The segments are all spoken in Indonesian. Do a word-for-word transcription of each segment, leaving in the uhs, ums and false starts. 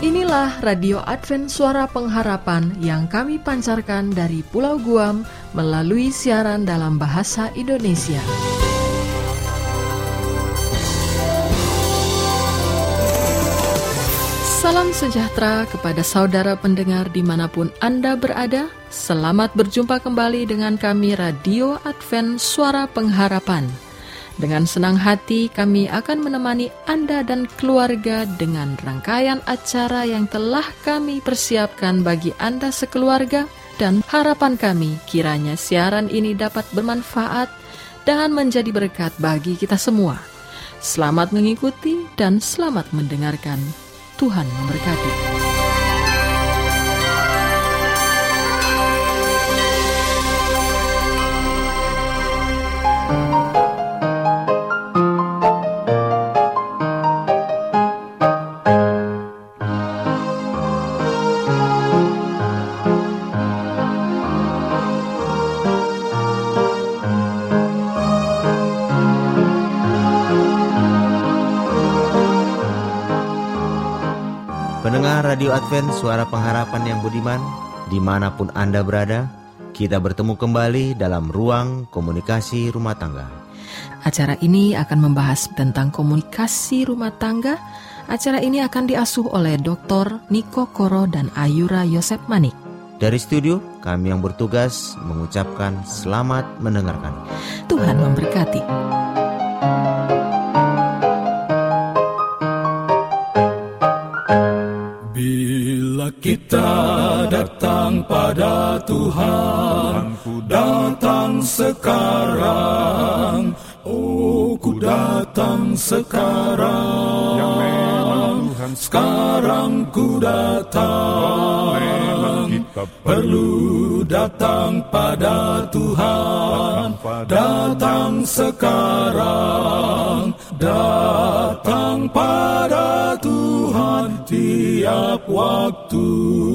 Inilah Radio Advent Suara Pengharapan yang kami pancarkan dari Pulau Guam melalui siaran dalam bahasa Indonesia. Salam sejahtera kepada saudara pendengar dimanapun Anda berada. Selamat berjumpa kembali dengan kami Radio Advent Suara Pengharapan. Dengan senang hati kami akan menemani Anda dan keluarga dengan rangkaian acara yang telah kami persiapkan bagi Anda sekeluarga, dan harapan kami kiranya siaran ini dapat bermanfaat dan menjadi berkat bagi kita semua. Selamat mengikuti dan selamat mendengarkan. Tuhan memberkati. Pendengar Radio Advent Suara Pengharapan yang budiman, dimanapun Anda berada, kita bertemu kembali dalam ruang komunikasi rumah tangga. Acara ini akan membahas tentang komunikasi rumah tangga. Acara ini akan diasuh oleh Doktor Niko Koro dan Ayura Yosep Manik. Dari studio, kami yang bertugas mengucapkan selamat mendengarkan. Tuhan memberkati. Kita datang pada Tuhan, ku datang sekarang, oh ku datang sekarang, yang memang Tuhan sekarang ku datang, memang kita perlu datang pada Tuhan, datang sekarang, datang pada Tuhan tiap waktu.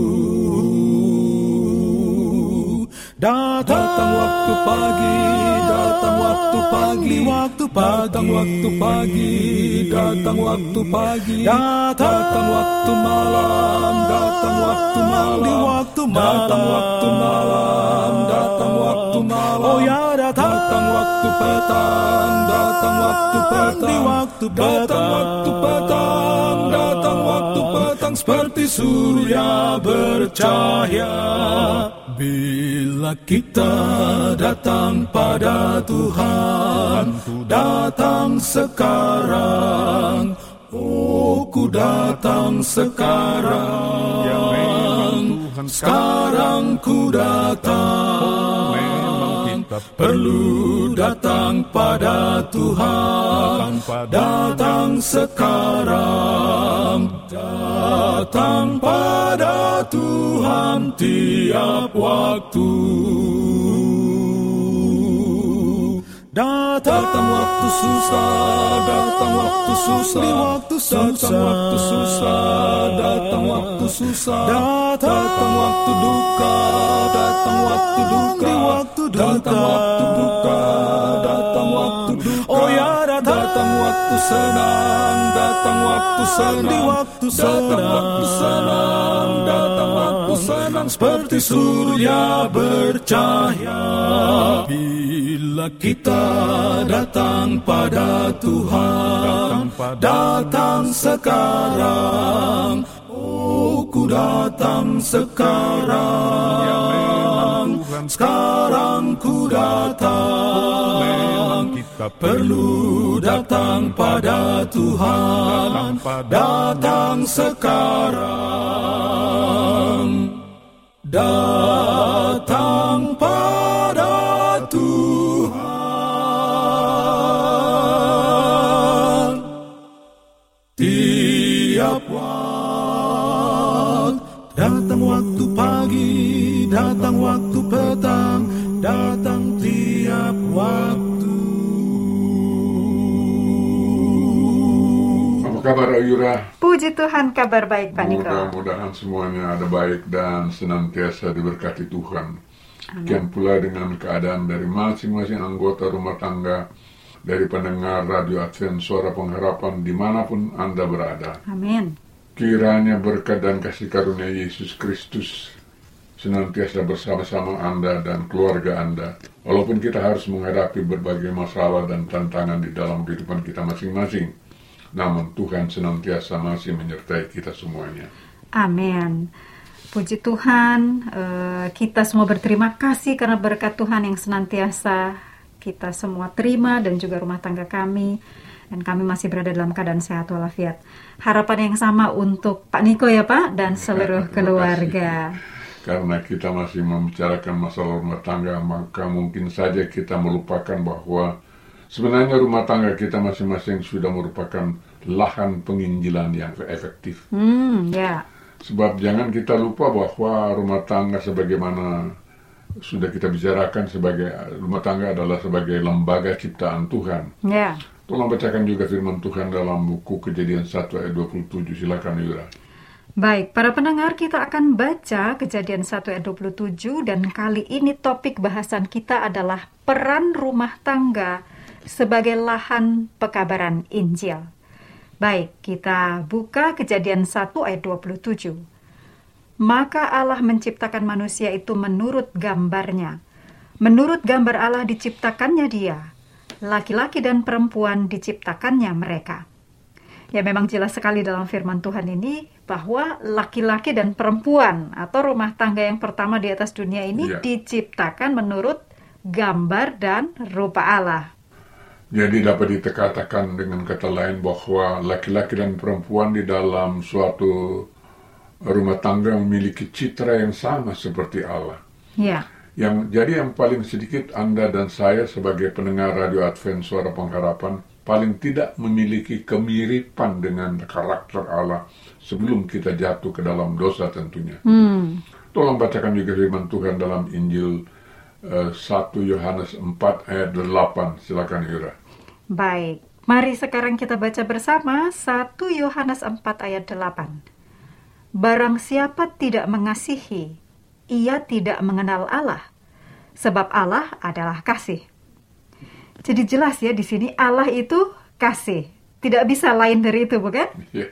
Datang, datang waktu pagi, datang waktu pagi, waktu datang waktu pagi, datang waktu pagi, datang waktu malam, datang waktu malam, waktu datang waktu malam, datang waktu malam, oh ya datang, datang waktu petang, datang waktu petang, waktu datang waktu petang, datang waktu petang seperti surya bercahaya. Bila kita datang pada Tuhan, datang sekarang, oh ku datang sekarang, ya memang Tuhan sekarang ku datang, oh, memang kita perlu datang pada Tuhan, datang sekarang, datang pada Tuhan tiap waktu. Datang, datang waktu susah, datang waktu susah, di waktu susah, datang waktu susah, datang waktu susah, datang waktu duka, datang waktu duka, di waktu duka, datang waktu duka, datang waktu duka, oh ya datang, datang waktu senang, datang waktu senang, di waktu senang, datang waktu senang, datang waktu senang seperti surya bercahaya. Bila kita datang pada Tuhan, datang sekarang, oh ku datang sekarang, sekarang ku datang, memang kita perlu datang pada Tuhan, datang sekarang, datang pada Tuhan tiap waktu. Datang waktu pagi, datang waktu petang, datang tiap waktu. Apa kabar Ayura? Puji Tuhan, kabar baik Pak Niko. Mudah-mudahan semuanya ada baik dan senantiasa diberkati Tuhan. Demikian pula dengan keadaan dari masing-masing anggota rumah tangga, dari pendengar Radio Advent Suara Pengharapan dimanapun Anda berada. Amin. Kiranya berkat dan kasih karunia Yesus Kristus senantiasa bersama-sama Anda dan keluarga Anda. Walaupun kita harus menghadapi berbagai masalah dan tantangan di dalam kehidupan kita masing-masing, namun Tuhan senantiasa masih menyertai kita semuanya. Amin. Puji Tuhan, kita semua berterima kasih karena berkat Tuhan yang senantiasa kita semua terima dan juga rumah tangga kami. Dan kami masih berada dalam keadaan sehat walafiat. Harapan yang sama untuk Pak Niko ya Pak, dan seluruh keluarga. Karena kita masih membicarakan masalah rumah tangga, maka mungkin saja kita melupakan bahwa sebenarnya rumah tangga kita masing-masing sudah merupakan lahan penginjilan yang efektif. Hmm, ya. Sebab jangan kita lupa bahwa rumah tangga sebagaimana sudah kita bicarakan, sebagai rumah tangga adalah sebagai lembaga ciptaan Tuhan. Ya. Tolong bacakan juga firman Tuhan dalam buku Kejadian satu ayat dua puluh tujuh. Silakan Yura. Baik, para pendengar, kita akan baca Kejadian satu ayat dua puluh tujuh, dan kali ini topik bahasan kita adalah peran rumah tangga sebagai lahan pekabaran Injil. Baik, kita buka Kejadian satu ayat dua puluh tujuh. Maka Allah menciptakan manusia itu menurut gambarnya. Menurut gambar Allah diciptakannya dia. Laki-laki dan perempuan diciptakannya mereka. Ya, memang jelas sekali dalam firman Tuhan ini bahwa laki-laki dan perempuan atau rumah tangga yang pertama di atas dunia ini ya, diciptakan menurut gambar dan rupa Allah. Jadi dapat dikatakan dengan kata lain bahwa laki-laki dan perempuan di dalam suatu rumah tangga memiliki citra yang sama seperti Allah. Ya. Yang jadi yang paling sedikit Anda dan saya sebagai pendengar Radio Advent Suara Pengharapan paling tidak memiliki kemiripan dengan karakter Allah sebelum kita jatuh ke dalam dosa tentunya. Hmm. Tolong bacakan juga firman Tuhan dalam Injil uh, satu Yohanes empat ayat delapan. Silakan Yura. Baik, mari sekarang kita baca bersama satu Yohanes empat ayat delapan. Barang siapa tidak mengasihi, ia tidak mengenal Allah, sebab Allah adalah kasih. Jadi jelas ya di sini Allah itu kasih. Tidak bisa lain dari itu, bukan? Ya,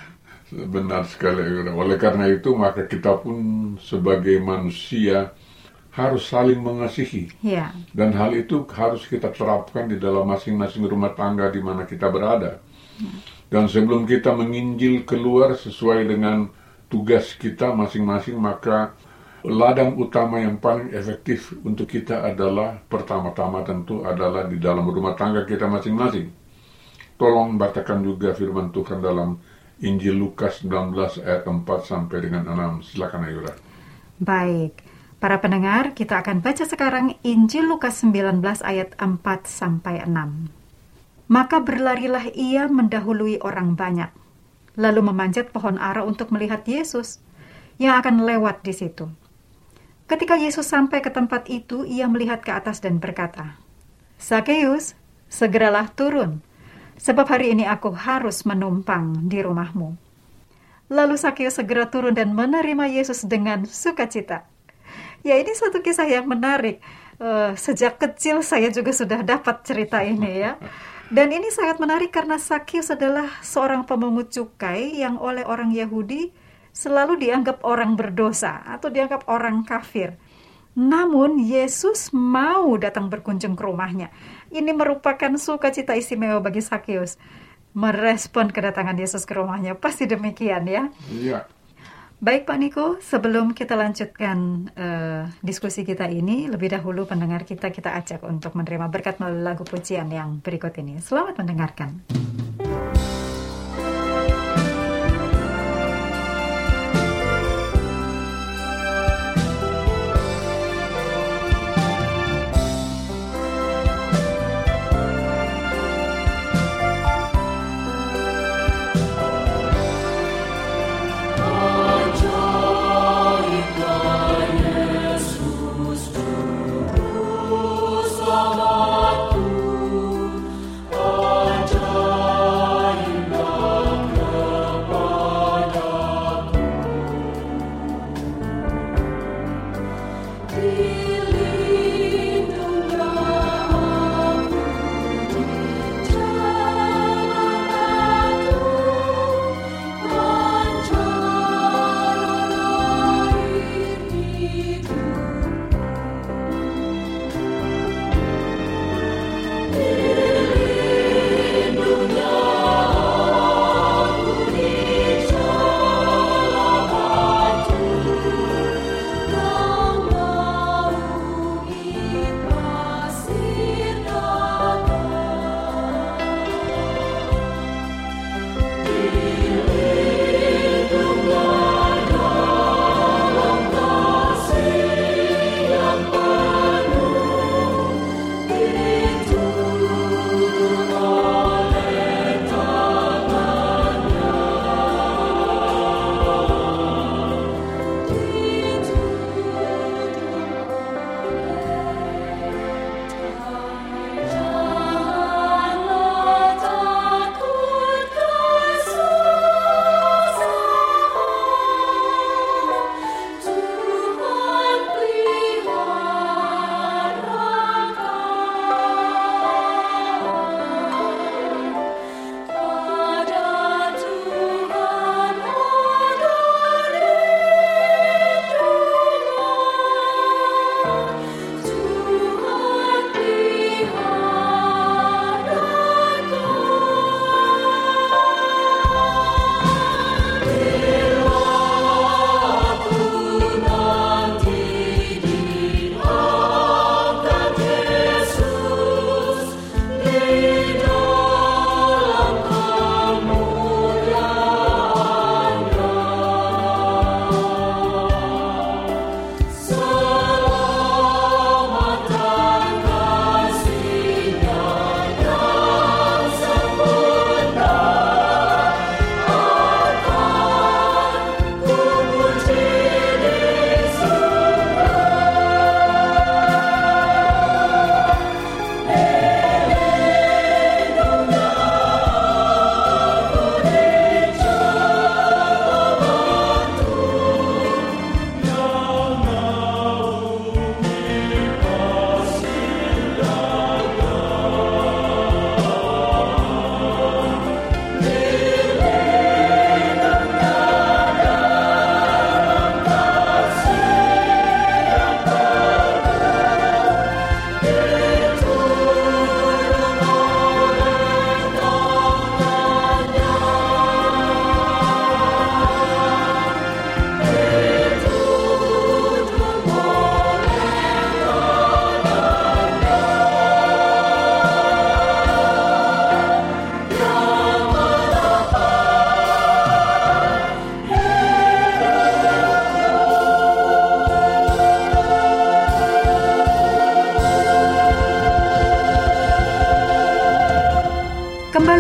benar sekali. Oleh karena itu maka kita pun sebagai manusia harus saling mengasihi. Ya. Dan hal itu harus kita terapkan di dalam masing-masing rumah tangga di mana kita berada. Dan sebelum kita menginjil keluar sesuai dengan tugas kita masing-masing, maka ladang utama yang paling efektif untuk kita adalah pertama-tama tentu adalah di dalam rumah tangga kita masing-masing. Tolong bacakan juga firman Tuhan dalam Injil Lukas sembilan belas ayat empat sampai dengan enam. Silakan Ayura. Baik, para pendengar, kita akan baca sekarang Injil Lukas sembilan belas ayat empat sampai enam. Maka berlarilah ia mendahului orang banyak, lalu memanjat pohon ara untuk melihat Yesus yang akan lewat di situ. Ketika Yesus sampai ke tempat itu, ia melihat ke atas dan berkata, Sakeus, segeralah turun, sebab hari ini aku harus menumpang di rumahmu. Lalu Sakeus segera turun dan menerima Yesus dengan sukacita. Ya, ini suatu kisah yang menarik. Uh, sejak kecil saya juga sudah dapat cerita ini ya. Dan ini sangat menarik karena Sakeus adalah seorang pemungut cukai yang oleh orang Yahudi selalu dianggap orang berdosa atau dianggap orang kafir. Namun Yesus mau datang berkunjung ke rumahnya. Ini merupakan sukacita istimewa bagi Sakeus. Merespon kedatangan Yesus ke rumahnya. Pasti demikian ya. Iya. Baik Pak Niko, sebelum kita lanjutkan uh, diskusi kita ini, lebih dahulu pendengar kita kita ajak untuk menerima berkat melalui lagu pujian yang berikut ini. Selamat mendengarkan. Selamatku, ajar.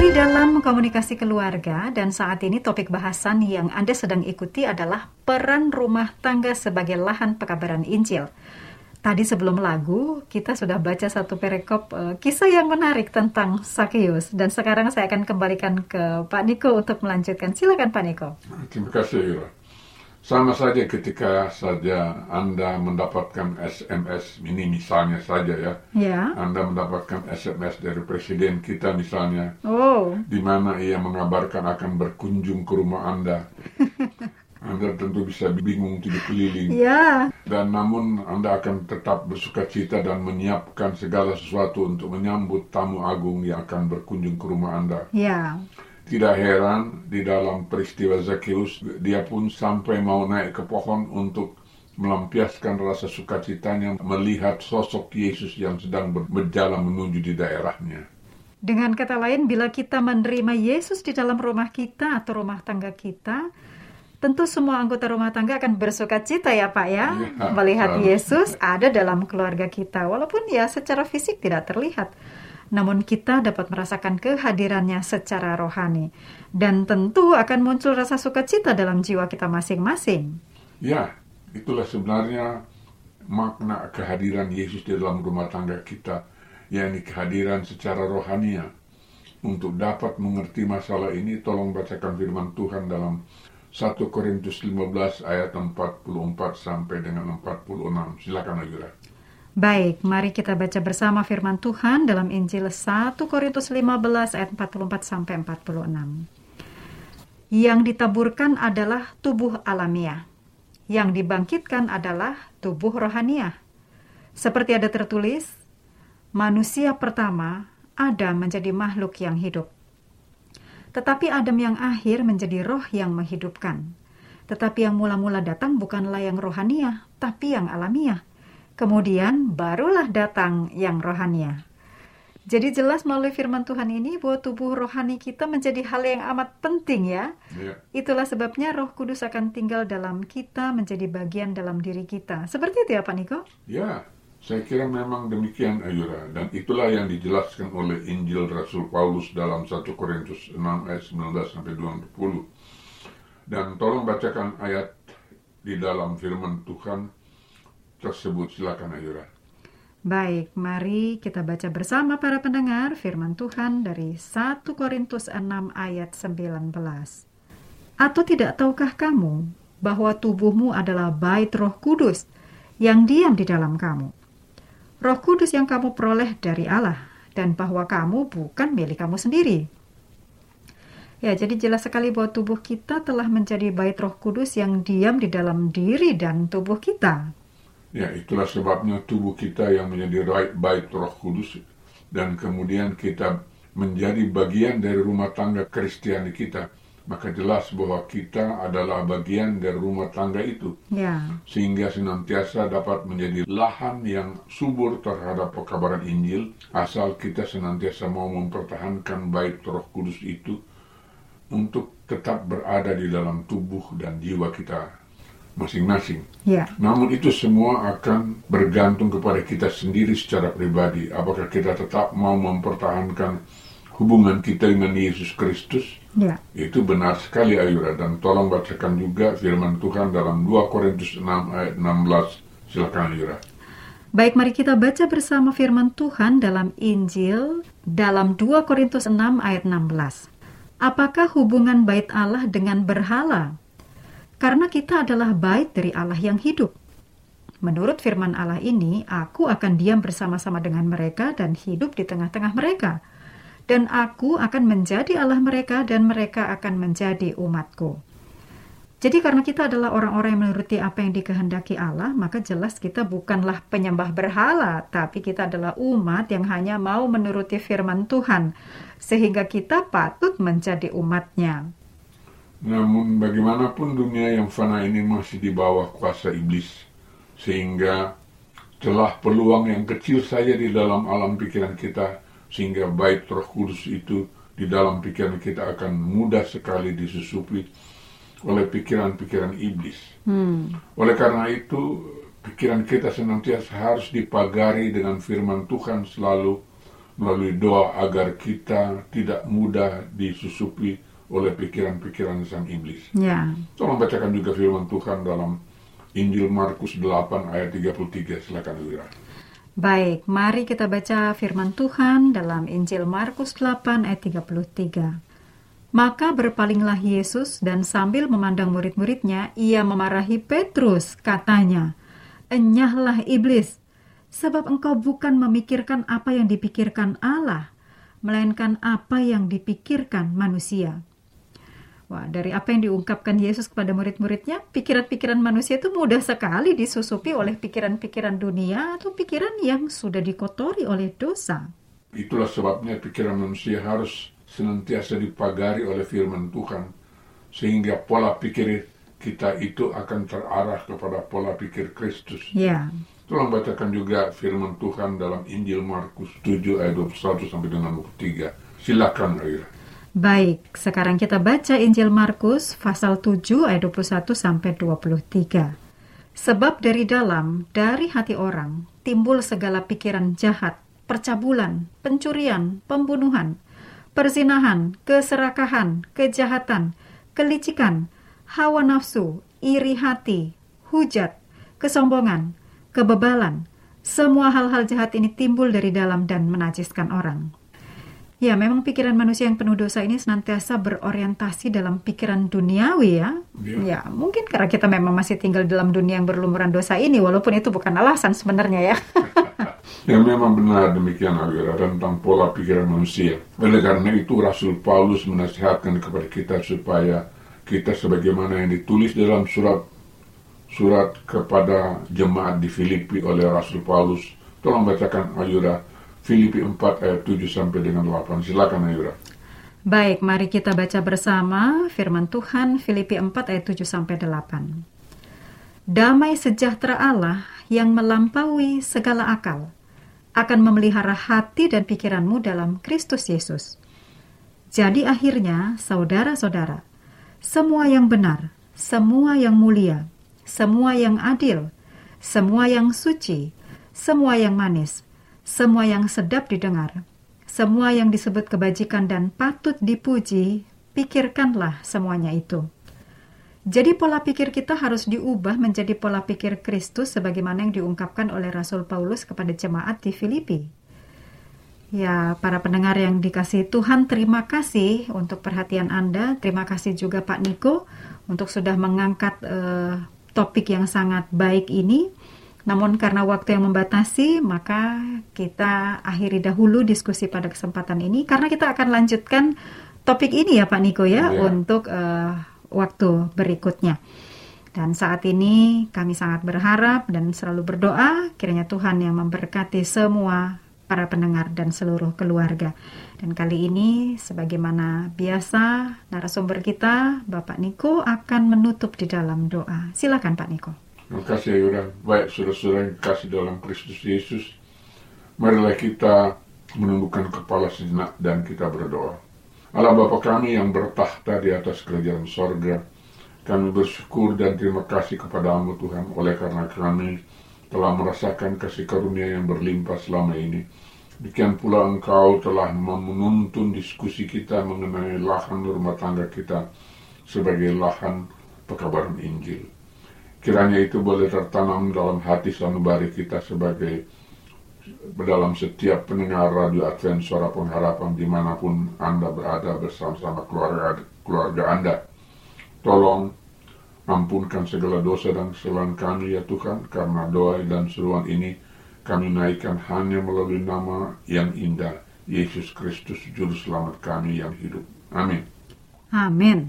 Masih dalam komunikasi keluarga, dan saat ini topik bahasan yang Anda sedang ikuti adalah peran rumah tangga sebagai lahan pekabaran Injil. Tadi sebelum lagu, kita sudah baca satu perikop uh, kisah yang menarik tentang Sakeus. Dan sekarang saya akan kembalikan ke Pak Niko untuk melanjutkan. Silakan Pak Niko. Terima kasih, Ira. Sama saja ketika saja Anda mendapatkan S M S, ini misalnya saja ya, Ya. Anda mendapatkan S M S dari Presiden kita misalnya, Oh. di mana ia mengabarkan akan berkunjung ke rumah Anda. Anda tentu bisa bingung tujuh keliling. Ya. Dan namun Anda akan tetap bersukacita dan menyiapkan segala sesuatu untuk menyambut tamu agung yang akan berkunjung ke rumah Anda. Ya. Tidak heran di dalam peristiwa Zakeus, dia pun sampai mau naik ke pohon untuk melampiaskan rasa sukacitanya melihat sosok Yesus yang sedang berjalan menuju di daerahnya. Dengan kata lain, bila kita menerima Yesus di dalam rumah kita atau rumah tangga kita, tentu semua anggota rumah tangga akan bersukacita ya Pak ya, ya melihat uh, Yesus ada dalam keluarga kita, walaupun ya secara fisik tidak terlihat. Namun kita dapat merasakan kehadirannya secara rohani. Dan tentu akan muncul rasa sukacita dalam jiwa kita masing-masing. Ya, itulah sebenarnya makna kehadiran Yesus di dalam rumah tangga kita, yakni kehadiran secara rohania. Untuk dapat mengerti masalah ini, tolong bacakan firman Tuhan dalam satu Korintus lima belas ayat empat puluh empat sampai dengan empat puluh enam. Silakan Ayura. Baik, mari kita baca bersama firman Tuhan dalam Injil satu Korintus lima belas ayat empat puluh empat sampai empat puluh enam. Yang ditaburkan adalah tubuh alamiah, yang dibangkitkan adalah tubuh rohaniah. Seperti ada tertulis, manusia pertama, Adam menjadi makhluk yang hidup. Tetapi Adam yang akhir menjadi roh yang menghidupkan. Tetapi yang mula-mula datang bukanlah yang rohaniah, tapi yang alamiah. Kemudian barulah datang yang rohania. Jadi jelas melalui firman Tuhan ini bahwa tubuh rohani kita menjadi hal yang amat penting ya. Ya. Itulah sebabnya Roh Kudus akan tinggal dalam kita, menjadi bagian dalam diri kita. Seperti itu ya Pak Niko? Ya, saya kira memang demikian Ayura. Dan itulah yang dijelaskan oleh Injil Rasul Paulus dalam satu Korintus enam ayat sembilan belas sampai dua puluh. Dan tolong bacakan ayat di dalam firman Tuhan tersebut, silakan Ayura. Baik, mari kita baca bersama para pendengar firman Tuhan dari satu Korintus enam ayat sembilan belas. Atau tidak tahukah kamu bahwa tubuhmu adalah bait Roh Kudus yang diam di dalam kamu? Roh Kudus yang kamu peroleh dari Allah, dan bahwa kamu bukan milik kamu sendiri. Ya, jadi jelas sekali bahwa tubuh kita telah menjadi bait Roh Kudus yang diam di dalam diri dan tubuh kita. Ya, itulah sebabnya tubuh kita yang menjadi bait Roh Kudus, dan kemudian kita menjadi bagian dari rumah tangga Kristiani kita. Maka jelas bahwa kita adalah bagian dari rumah tangga itu. Ya. Sehingga senantiasa dapat menjadi lahan yang subur terhadap pekabaran Injil, asal kita senantiasa mau mempertahankan bait Roh Kudus itu untuk tetap berada di dalam tubuh dan jiwa kita masing-masing. Ya. Namun itu semua akan bergantung kepada kita sendiri secara pribadi. Apakah kita tetap mau mempertahankan hubungan kita dengan Yesus Kristus? Ya. Itu benar sekali Ayura. Dan tolong bacakan juga firman Tuhan dalam dua Korintus enam ayat enam belas. Silakan Ayura. Baik, mari kita baca bersama firman Tuhan dalam Injil dalam dua Korintus enam ayat enam belas. Apakah hubungan bait Allah dengan berhala? Karena kita adalah bait dari Allah yang hidup. Menurut firman Allah ini, aku akan diam bersama-sama dengan mereka dan hidup di tengah-tengah mereka. Dan aku akan menjadi Allah mereka dan mereka akan menjadi umatku. Jadi karena kita adalah orang-orang yang menuruti apa yang dikehendaki Allah, maka jelas kita bukanlah penyembah berhala, tapi kita adalah umat yang hanya mau menuruti firman Tuhan, sehingga kita patut menjadi umatnya. Namun bagaimanapun dunia yang fana ini masih di bawah kuasa iblis, sehingga celah peluang yang kecil saja di dalam alam pikiran kita, sehingga bait Roh Kudus itu di dalam pikiran kita akan mudah sekali disusupi oleh pikiran-pikiran iblis. Hmm. Oleh karena itu, pikiran kita senantiasa harus dipagari dengan firman Tuhan selalu, melalui doa agar kita tidak mudah disusupi oleh pikiran-pikiran sang iblis. Ya. Tolong bacakan juga firman Tuhan dalam Injil Markus delapan ayat tiga puluh tiga. Silakan Wira. Baik, mari kita baca firman Tuhan dalam Injil Markus delapan ayat tiga puluh tiga. Maka berpalinglah Yesus dan sambil memandang murid-muridnya, ia memarahi Petrus, katanya, "Enyahlah iblis, sebab engkau bukan memikirkan apa yang dipikirkan Allah, melainkan apa yang dipikirkan manusia." Wah, dari apa yang diungkapkan Yesus kepada murid-muridnya, pikiran-pikiran manusia itu mudah sekali disusupi oleh pikiran-pikiran dunia atau pikiran yang sudah dikotori oleh dosa. Itulah sebabnya pikiran manusia harus senantiasa dipagari oleh firman Tuhan, sehingga pola pikir kita itu akan terarah kepada pola pikir Kristus. Ya. Tolong bacakan juga firman Tuhan dalam Injil Markus tujuh ayat dua puluh satu sampai dengan dua puluh tiga. Silakan, Aira. Baik, sekarang kita baca Injil Markus pasal tujuh ayat dua puluh satu sampai dua puluh tiga. Sebab dari dalam, dari hati orang, timbul segala pikiran jahat, percabulan, pencurian, pembunuhan, perzinahan, keserakahan, kejahatan, kelicikan, hawa nafsu, iri hati, hujat, kesombongan, kebebalan. Semua hal-hal jahat ini timbul dari dalam dan menajiskan orang. Ya, memang pikiran manusia yang penuh dosa ini senantiasa berorientasi dalam pikiran duniawi ya. Ya. Ya, mungkin karena kita memang masih tinggal dalam dunia yang berlumuran dosa ini, walaupun itu bukan alasan sebenarnya ya. Ya, memang benar demikian, Agira, tentang pola pikiran manusia. Oleh karena itu Rasul Paulus menasihatkan kepada kita supaya kita sebagaimana yang ditulis dalam surat surat kepada jemaat di Filipi oleh Rasul Paulus. Tolong bacakan, Ayura, Filipi empat ayat tujuh sampai dengan delapan. Silakan, Ayura. Baik, mari kita baca bersama firman Tuhan Filipi empat ayat tujuh sampai delapan. Damai sejahtera Allah yang melampaui segala akal akan memelihara hati dan pikiranmu dalam Kristus Yesus. Jadi akhirnya, saudara-saudara, semua yang benar, semua yang mulia, semua yang adil, semua yang suci, semua yang manis, semua yang sedap didengar, semua yang disebut kebajikan dan patut dipuji, pikirkanlah semuanya itu. Jadi pola pikir kita harus diubah menjadi pola pikir Kristus sebagaimana yang diungkapkan oleh Rasul Paulus kepada jemaat di Filipi. Ya, para pendengar yang dikasihi Tuhan, terima kasih untuk perhatian Anda. Terima kasih juga Pak Niko untuk sudah mengangkat uh, topik yang sangat baik ini. Namun karena waktu yang membatasi, maka kita akhiri dahulu diskusi pada kesempatan ini. Karena kita akan lanjutkan topik ini ya Pak Niko ya, ya. untuk uh, waktu berikutnya. Dan saat ini kami sangat berharap dan selalu berdoa kiranya Tuhan yang memberkati semua para pendengar dan seluruh keluarga. Dan kali ini sebagaimana biasa narasumber kita Bapak Niko akan menutup di dalam doa. Silakan Pak Niko. Terima kasih Ayura. Baik saudara-saudara yang kasih dalam Kristus Yesus, marilah kita menundukkan kepala sejenak dan kita berdoa. Allah Bapa kami yang bertahta di atas kerajaan sorga, kami bersyukur dan terima kasih kepada-Mu Tuhan, oleh karena kami telah merasakan kasih karunia yang berlimpah selama ini. Demikian pula Engkau telah menuntun diskusi kita mengenai lahan rumah tangga kita sebagai lahan pekabaran Injil. Kiranya itu boleh tertanam dalam hati sanubari kita sebagai dalam setiap pendengar Radio Advent Suara Pengharapan dimanapun Anda berada bersama-sama keluarga, keluarga Anda. Tolong ampunkan segala dosa dan kesalahan kami ya Tuhan, karena doa dan seruan ini kami naikkan hanya melalui nama yang indah, Yesus Kristus Juru Selamat kami yang hidup. Amin. Amin.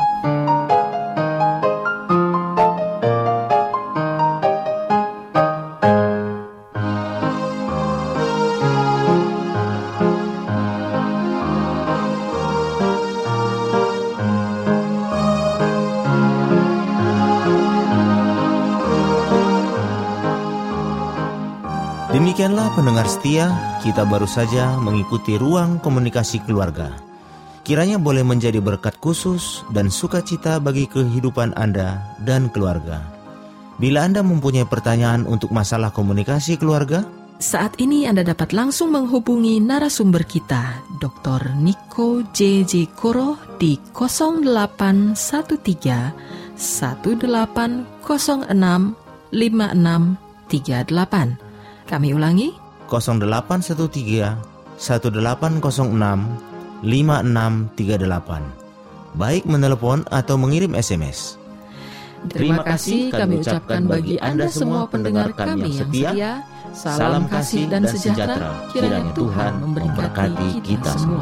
Demikianlah pendengar setia, kita baru saja mengikuti ruang komunikasi keluarga. Kiranya boleh menjadi berkat khusus dan sukacita bagi kehidupan Anda dan keluarga. Bila Anda mempunyai pertanyaan untuk masalah komunikasi keluarga, Saat ini Anda dapat langsung menghubungi narasumber kita, Doktor Niko J J Koro di nol delapan satu tiga satu delapan nol enam lima enam tiga delapan. Kami ulangi, nol delapan satu tiga satu delapan nol enam lima enam tiga delapan. Baik menelepon atau mengirim S M S. Terima kasih kami ucapkan bagi Anda semua pendengar kami yang setia. Salam kasih dan sejahtera kiranya Tuhan memberkati kita semua.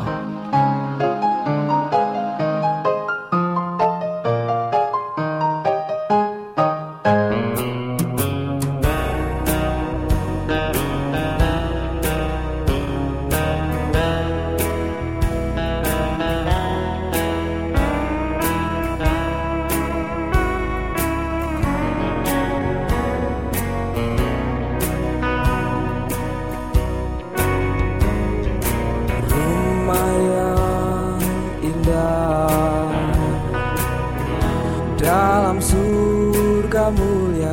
Dalam surga mulia,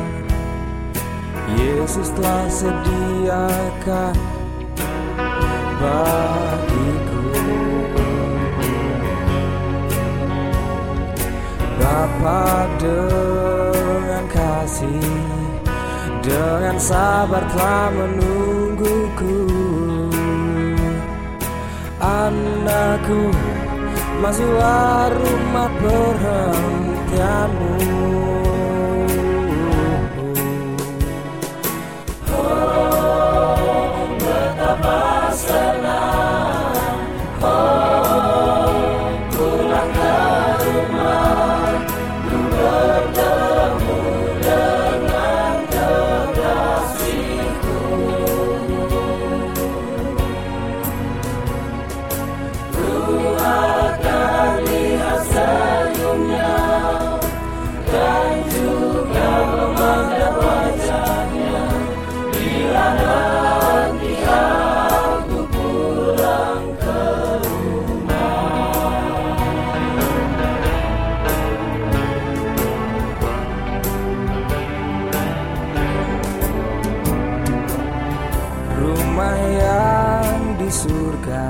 Yesus telah sediakan bagiku. Bapa dengan kasih, dengan sabar telah menungguku. Anakku, masuklah rumah perhentianmu. Oh, betapa senang, oh, pulang ke rumah, ku bertemu dengan kekasihku. Ku akan lihat senyumnya dan juga memandang wajahnya bila nanti aku pulang ke rumah. Rumah yang di surga,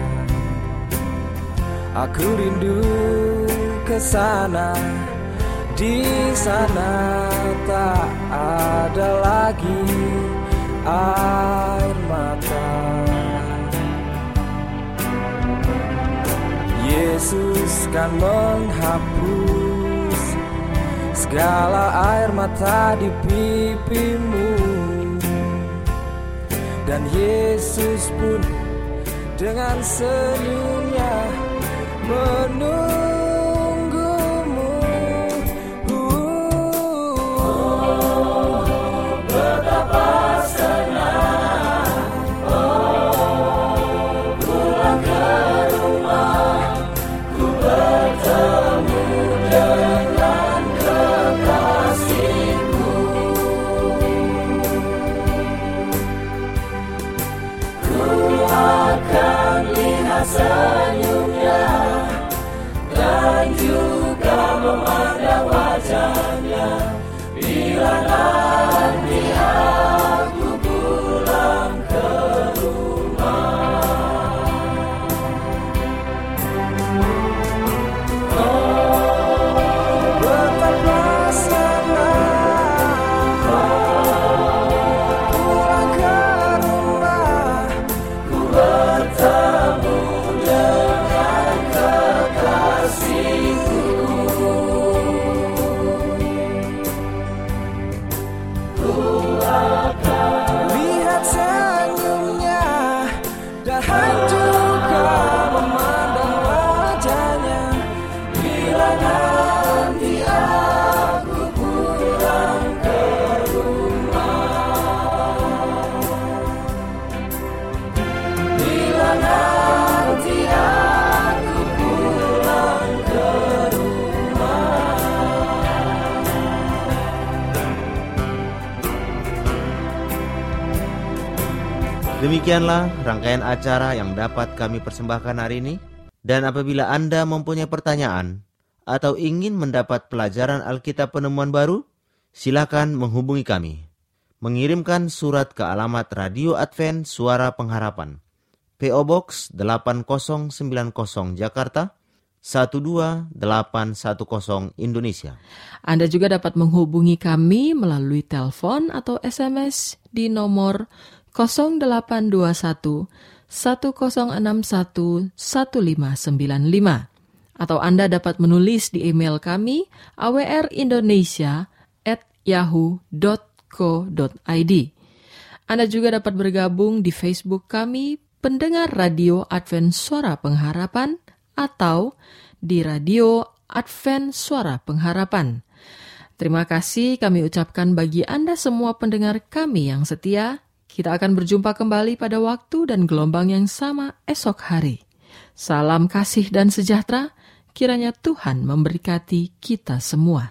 aku rindu ke sana. Di sana tak ada lagi air mata. Yesus kan menghapus segala air mata di pipimu. Dan Yesus pun dengan senyumnya menunggumu. Oh, betapa senang, oh, pulang ke rumah, ku bertemu dengan kekasihku. Ku akan lihat senyumnya dan juga memandang wajahnya bila nanti aku pulang ke rumah. Oh, betapa senang, oh, pulang ke rumah, ku bertemu dengan kekasihku. Lihat senyumnya dan juga memandang wajahnya bila nanti aku pulang ke rumah. Bila nanti aku pulang ke rumah. Demikianlah rangkaian acara yang dapat kami persembahkan hari ini. Dan apabila Anda mempunyai pertanyaan atau ingin mendapat pelajaran Alkitab penemuan baru, silakan menghubungi kami. mengirimkan surat ke alamat Radio Advent Suara Pengharapan, P O Box delapan nol sembilan nol Jakarta, satu dua delapan satu nol Indonesia. Anda juga dapat menghubungi kami melalui telepon atau S M S di nomor nol delapan dua satu satu nol enam satu satu lima sembilan lima. Atau Anda dapat menulis di email kami awrindonesia at yahoo dot co dot i d. Anda juga dapat bergabung di Facebook kami, Pendengar Radio Advent Suara Pengharapan, atau di Radio Advent Suara Pengharapan. Terima kasih kami ucapkan bagi Anda semua pendengar kami yang setia. Kita akan berjumpa kembali pada waktu dan gelombang yang sama esok hari. Salam kasih dan sejahtera. Kiranya Tuhan memberkati kita semua.